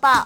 报。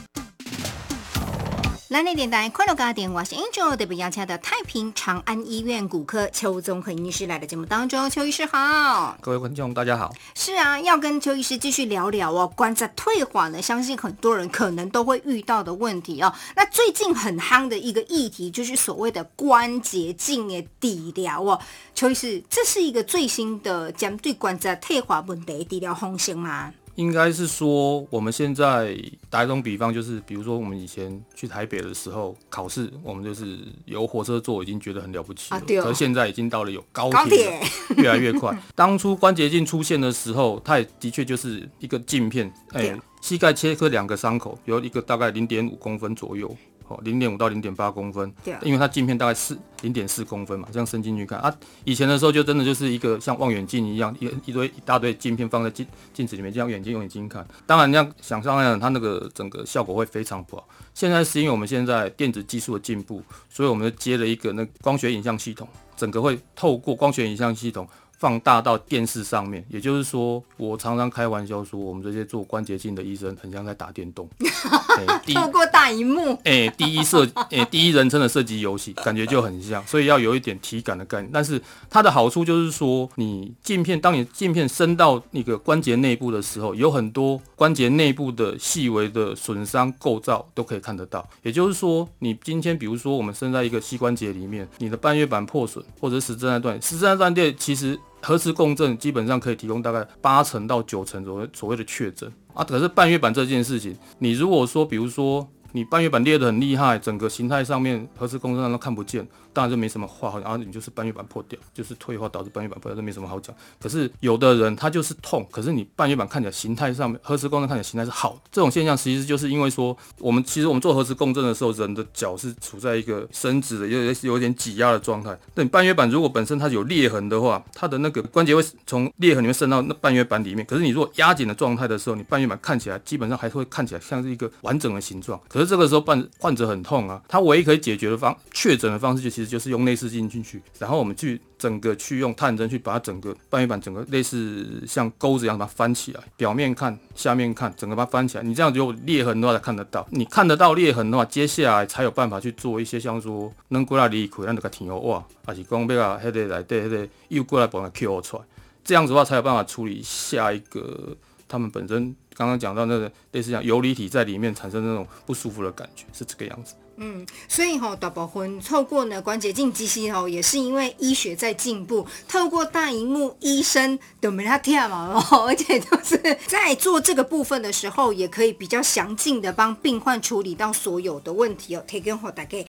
蓝内电台快乐家电，我是 Angel， 特别邀请到太平长安医院骨科邱宗恒医师来到节目当中。邱医师好。 各位观众大家好。 是啊，要跟邱医师继续聊聊哦，关节退化呢，相信很多人可能都会遇到的问题哦。那最近很夯的一个议题就是所谓的关节镜的治疗哦。邱医师，这是一个最新的针对关节退化问题的治疗方式吗？ 应该是说，我们现在打一种比方，就是比如说我们以前去台北的时候考试，我们就是有火车坐已经觉得很了不起了，可是现在已经到了有高铁越来越快。当初关节镜出现的时候，它也的确就是一个镜片，膝盖切割2个伤口，有一个大概 0.5 公分左右。0.5 到 0.8 公分，因为它镜片大概0.4公分嘛，这样伸进去看啊。以前的时候就真的就是一个像望远镜一样，一大堆镜片放在镜子里面，这样用眼睛看。当然，这样想象那样，它那个整个效果会非常不好。现在是因为我们现在电子技术的进步，所以我们接了一个那光学影像系统，整个会透过光学影像系统放大到电视上面，也就是说，我常常开玩笑说，我们这些做关节镜的医生很像在打电动， 透过大萤幕， 第一人称的射击游戏，感觉就很像，所以要有一点体感的概念。但是它的好处就是说，当你镜片伸到那个关节内部的时候，有很多关节内部的细微的损伤构造都可以看得到。也就是说，你今天比如说我们伸在一个膝关节里面，你的半月板破损或者十字韧带断裂，其实核磁共振基本上可以提供大概8成到9成所谓的确诊啊。可是半月板这件事情，你如果说比如说你半月板裂得很厉害，整个形态上面核磁共振都看不见，当然就没什么话好讲，然后你就是半月板破掉，就是退化导致半月板破掉，这没什么好讲。可是有的人他就是痛，可是你半月板看起来形态上面核磁共振看起来形态是好的，这种现象其实就是因为说其实我们做核磁共振的时候，人的脚是处在一个伸直的有点挤压的状态。那你半月板如果本身它有裂痕的话，它的那个关节会从裂痕里面渗到那半月板里面。可是你如果压紧的状态的时候，你半月板看起来基本上还会看起来像是一个完整的形状。可是这个时候患者很痛啊，他唯一可以解决的确诊的方式其实就是用内视镜进去，然后我们整个去用探针去把它整个半月板整个类似像钩子一样把它翻起来，表面看下面看，整个把它翻起来。你这样就有裂痕的话才看得到，你看得到裂痕的话，接下来才有办法去做一些像说能过来离开咱就给填好哇，还是讲要把那个内底那个又过来把它 Q 出来，这样子的话才有办法处理下一个他们本身刚刚讲到那个类似像游离体在里面产生那种不舒服的感觉，是这个样子。 所以大部分透过呢关节镜机器也是因为医学在进步，透过大萤幕，医生都没他跳嘛，而且就是在做这个部分的时候，也可以比较详尽的帮病患处理到所有的问题提供给大家